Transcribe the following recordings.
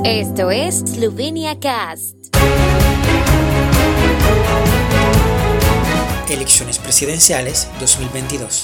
Esto es Slovenia Cast. Elecciones presidenciales 2022.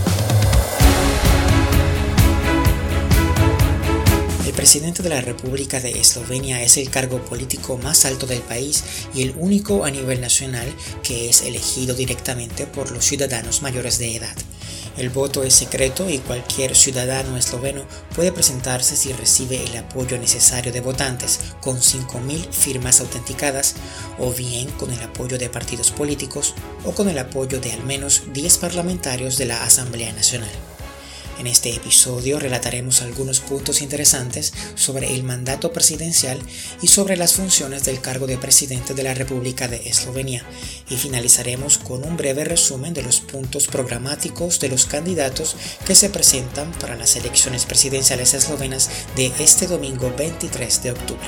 El presidente de la República de Eslovenia es el cargo político más alto del país y el único a nivel nacional que es elegido directamente por los ciudadanos mayores de edad. El voto es secreto y cualquier ciudadano esloveno puede presentarse si recibe el apoyo necesario de votantes con 5.000 firmas autenticadas, o bien con el apoyo de partidos políticos o con el apoyo de al menos 10 parlamentarios de la Asamblea Nacional. En este episodio relataremos algunos puntos interesantes sobre el mandato presidencial y sobre las funciones del cargo de presidente de la República de Eslovenia, y finalizaremos con un breve resumen de los puntos programáticos de los candidatos que se presentan para las elecciones presidenciales eslovenas de este domingo 23 de octubre.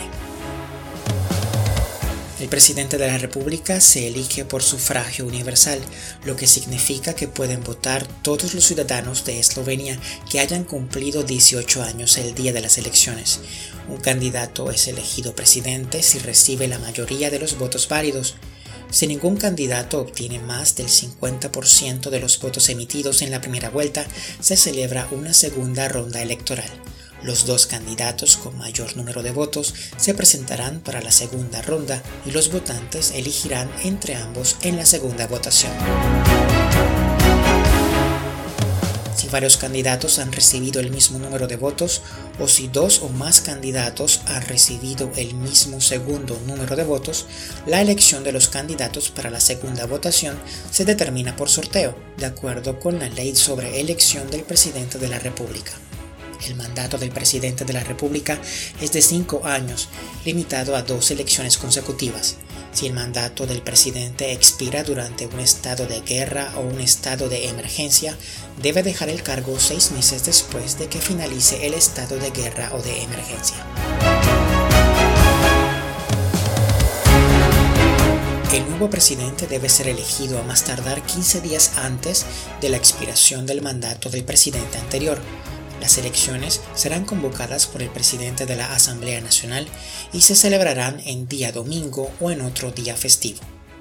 El presidente de la República se elige por sufragio universal, lo que significa que pueden votar todos los ciudadanos de Eslovenia que hayan cumplido 18 años el día de las elecciones. Un candidato es elegido presidente si recibe la mayoría de los votos válidos. Si ningún candidato obtiene más del 50% de los votos emitidos en la primera vuelta, se celebra una segunda ronda electoral. Los dos candidatos con mayor número de votos se presentarán para la segunda ronda y los votantes elegirán entre ambos en la segunda votación. Si varios candidatos han recibido el mismo número de votos, o si dos o más candidatos han recibido el mismo segundo número de votos, la elección de los candidatos para la segunda votación se determina por sorteo, de acuerdo con la Ley sobre Elección del Presidente de la República. El mandato del presidente de la República es de 5 años, limitado a 2 elecciones consecutivas. Si el mandato del presidente expira durante un estado de guerra o un estado de emergencia, debe dejar el cargo 6 meses después de que finalice el estado de guerra o de emergencia. El nuevo presidente debe ser elegido a más tardar 15 días antes de la expiración del mandato del presidente anterior. Las elecciones serán convocadas por el presidente de la Asamblea Nacional y se celebrarán en día domingo o en otro día festivo.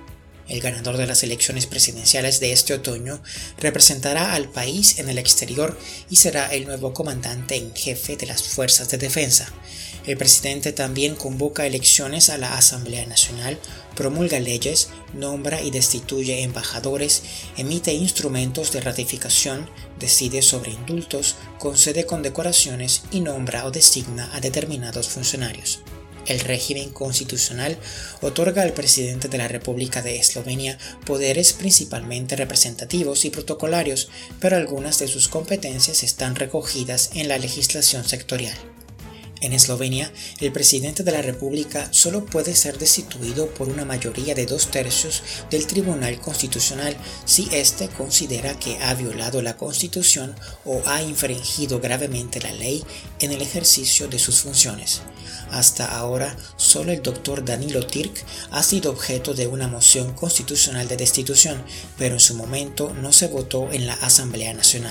El ganador de las elecciones presidenciales de este otoño representará al país en el exterior y será el nuevo comandante en jefe de las fuerzas de defensa. El presidente también convoca elecciones a la Asamblea Nacional, promulga leyes, nombra y destituye embajadores, emite instrumentos de ratificación, decide sobre indultos, concede condecoraciones y nombra o designa a determinados funcionarios. El régimen constitucional otorga al presidente de la República de Eslovenia poderes principalmente representativos y protocolarios, pero algunas de sus competencias están recogidas en la legislación sectorial. En Eslovenia, el presidente de la República solo puede ser destituido por una mayoría de 2/3 del Tribunal Constitucional si éste considera que ha violado la Constitución o ha infringido gravemente la ley en el ejercicio de sus funciones. Hasta ahora, solo el Dr. Danilo Türk ha sido objeto de una moción constitucional de destitución, pero en su momento no se votó en la Asamblea Nacional.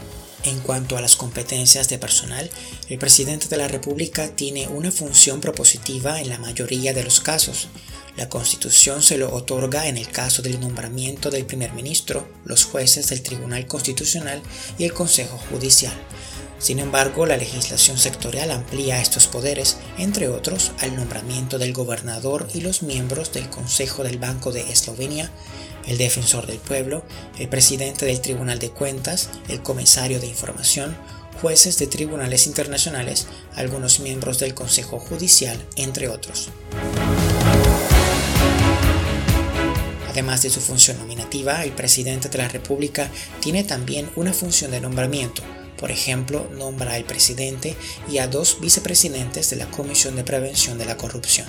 En cuanto a las competencias de personal, el presidente de la República tiene una función propositiva en la mayoría de los casos. La Constitución se lo otorga en el caso del nombramiento del primer ministro, los jueces del Tribunal Constitucional y el Consejo Judicial. Sin embargo, la legislación sectorial amplía estos poderes, entre otros, al nombramiento del gobernador y los miembros del Consejo del Banco de Eslovenia, el defensor del pueblo, el presidente del Tribunal de Cuentas, el comisario de información, jueces de tribunales internacionales, algunos miembros del Consejo Judicial, entre otros. Además de su función nominativa, el presidente de la República tiene también una función de nombramiento. Por ejemplo, nombra al presidente y a 2 vicepresidentes de la Comisión de Prevención de la Corrupción.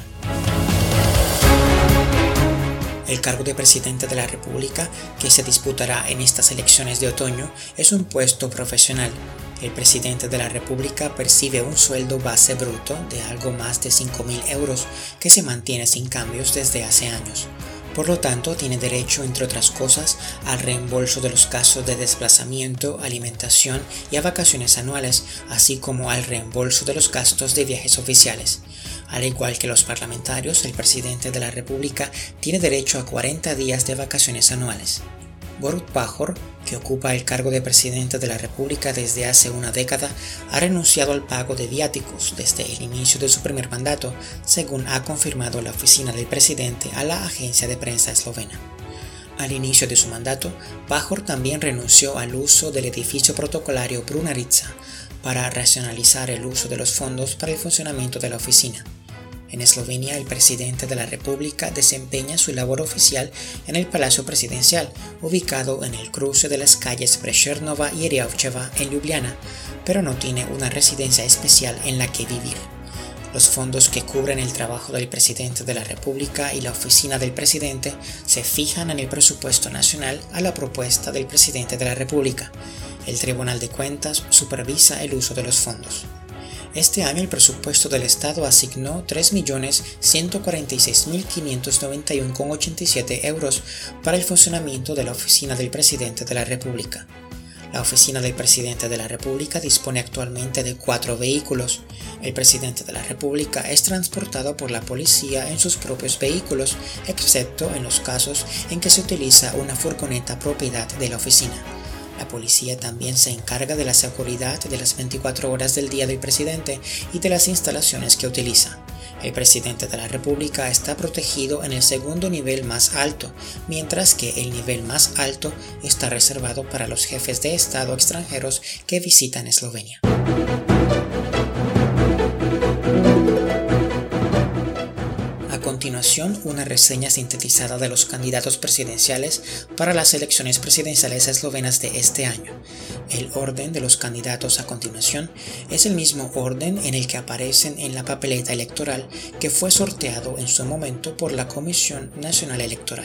El cargo de presidente de la República, que se disputará en estas elecciones de otoño, es un puesto profesional. El presidente de la República percibe un sueldo base bruto de algo más de 5.000 euros, que se mantiene sin cambios desde hace años. Por lo tanto, tiene derecho, entre otras cosas, al reembolso de los gastos de desplazamiento, alimentación y a vacaciones anuales, así como al reembolso de los gastos de viajes oficiales. Al igual que los parlamentarios, el presidente de la República tiene derecho a 40 días de vacaciones anuales. Borut Pahor, que ocupa el cargo de presidente de la República desde hace una década, ha renunciado al pago de viáticos desde el inicio de su primer mandato, según ha confirmado la oficina del presidente a la agencia de prensa eslovena. Al inicio de su mandato, Pahor también renunció al uso del edificio protocolario Brunarica para racionalizar el uso de los fondos para el funcionamiento de la oficina. En Eslovenia, el presidente de la República desempeña su labor oficial en el Palacio Presidencial, ubicado en el cruce de las calles Prešernova y Erjavčeva en Ljubljana, pero no tiene una residencia especial en la que vivir. Los fondos que cubren el trabajo del presidente de la República y la oficina del presidente se fijan en el presupuesto nacional a la propuesta del presidente de la República. El Tribunal de Cuentas supervisa el uso de los fondos. Este año el presupuesto del Estado asignó 3.146.591,87 euros para el funcionamiento de la oficina del presidente de la República. La oficina del presidente de la República dispone actualmente de 4 vehículos. El presidente de la República es transportado por la policía en sus propios vehículos, excepto en los casos en que se utiliza una furgoneta propiedad de la oficina. La policía también se encarga de la seguridad de las 24 horas del día del presidente y de las instalaciones que utiliza. El presidente de la República está protegido en el segundo nivel más alto, mientras que el nivel más alto está reservado para los jefes de Estado extranjeros que visitan Eslovenia. A continuación, una reseña sintetizada de los candidatos presidenciales para las elecciones presidenciales eslovenas de este año. El orden de los candidatos a continuación es el mismo orden en el que aparecen en la papeleta electoral que fue sorteado en su momento por la Comisión Nacional Electoral.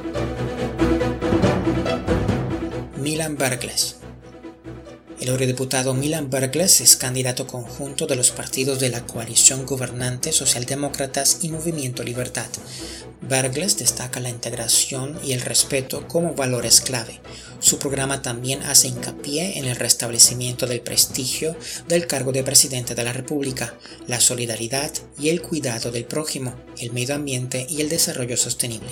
Milan Brglez. El eurodiputado Milan Brglez es candidato conjunto de los partidos de la coalición gobernante Socialdemócratas y Movimiento Libertad. Brglez destaca la integración y el respeto como valores clave. Su programa también hace hincapié en el restablecimiento del prestigio del cargo de presidente de la República, la solidaridad y el cuidado del prójimo, el medio ambiente y el desarrollo sostenible.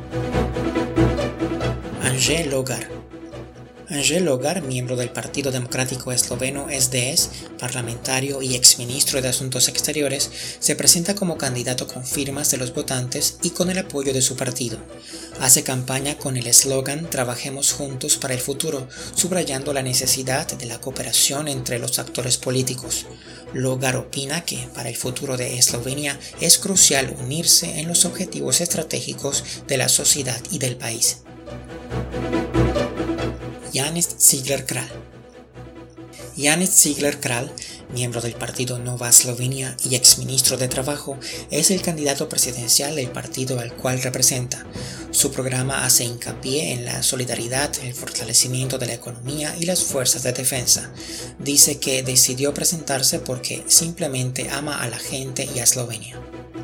Anže Logar. Anže Logar, miembro del Partido Democrático Esloveno SDS, parlamentario y exministro de Asuntos Exteriores, se presenta como candidato con firmas de los votantes y con el apoyo de su partido. Hace campaña con el eslogan "Trabajemos juntos para el futuro", subrayando la necesidad de la cooperación entre los actores políticos. Logar opina que para el futuro de Eslovenia es crucial unirse en los objetivos estratégicos de la sociedad y del país. Janez Cigler Kralj. Janez Cigler Kralj, miembro del partido Nova Slovenia y exministro de Trabajo, es el candidato presidencial del partido al cual representa. Su programa hace hincapié en la solidaridad, el fortalecimiento de la economía y las fuerzas de defensa. Dice que decidió presentarse porque simplemente ama a la gente y a Eslovenia.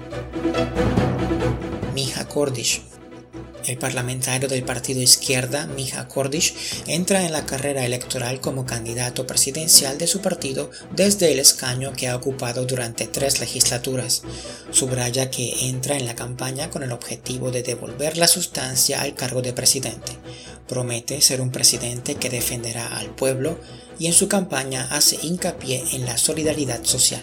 Miha Kordiš. El parlamentario del partido Izquierda, Miha Kordiš, entra en la carrera electoral como candidato presidencial de su partido desde el escaño que ha ocupado durante 3 legislaturas. Subraya que entra en la campaña con el objetivo de devolver la sustancia al cargo de presidente. Promete ser un presidente que defenderá al pueblo y en su campaña hace hincapié en la solidaridad social.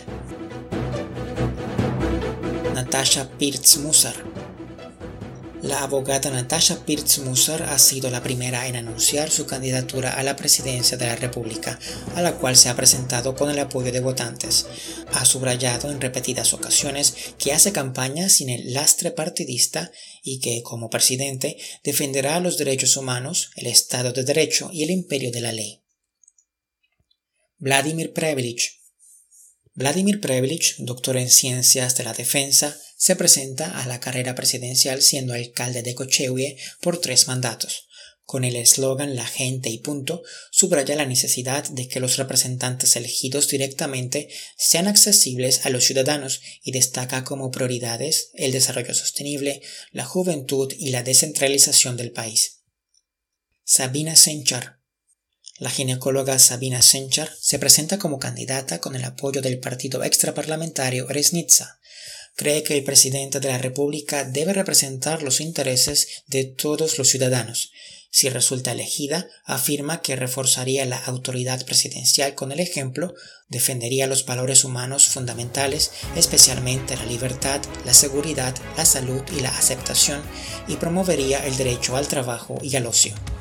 Nataša Pirc-Musar. La abogada Nataša Pirc-Musar ha sido la primera en anunciar su candidatura a la presidencia de la República, a la cual se ha presentado con el apoyo de votantes. Ha subrayado en repetidas ocasiones que hace campaña sin el lastre partidista y que, como presidente, defenderá los derechos humanos, el Estado de Derecho y el imperio de la ley. Vladimir Prebilić. Vladimir Prebilić, doctor en Ciencias de la Defensa, se presenta a la carrera presidencial siendo alcalde de Kočevje por 3 mandatos. Con el eslogan La gente y punto, subraya la necesidad de que los representantes elegidos directamente sean accesibles a los ciudadanos y destaca como prioridades el desarrollo sostenible, la juventud y la descentralización del país. Sabina Senchar. La ginecóloga Sabina Senchar se presenta como candidata con el apoyo del partido extraparlamentario Resnitsa. Cree que el presidente de la República debe representar los intereses de todos los ciudadanos. Si resulta elegida, afirma que reforzaría la autoridad presidencial con el ejemplo, defendería los valores humanos fundamentales, especialmente la libertad, la seguridad, la salud y la aceptación, y promovería el derecho al trabajo y al ocio.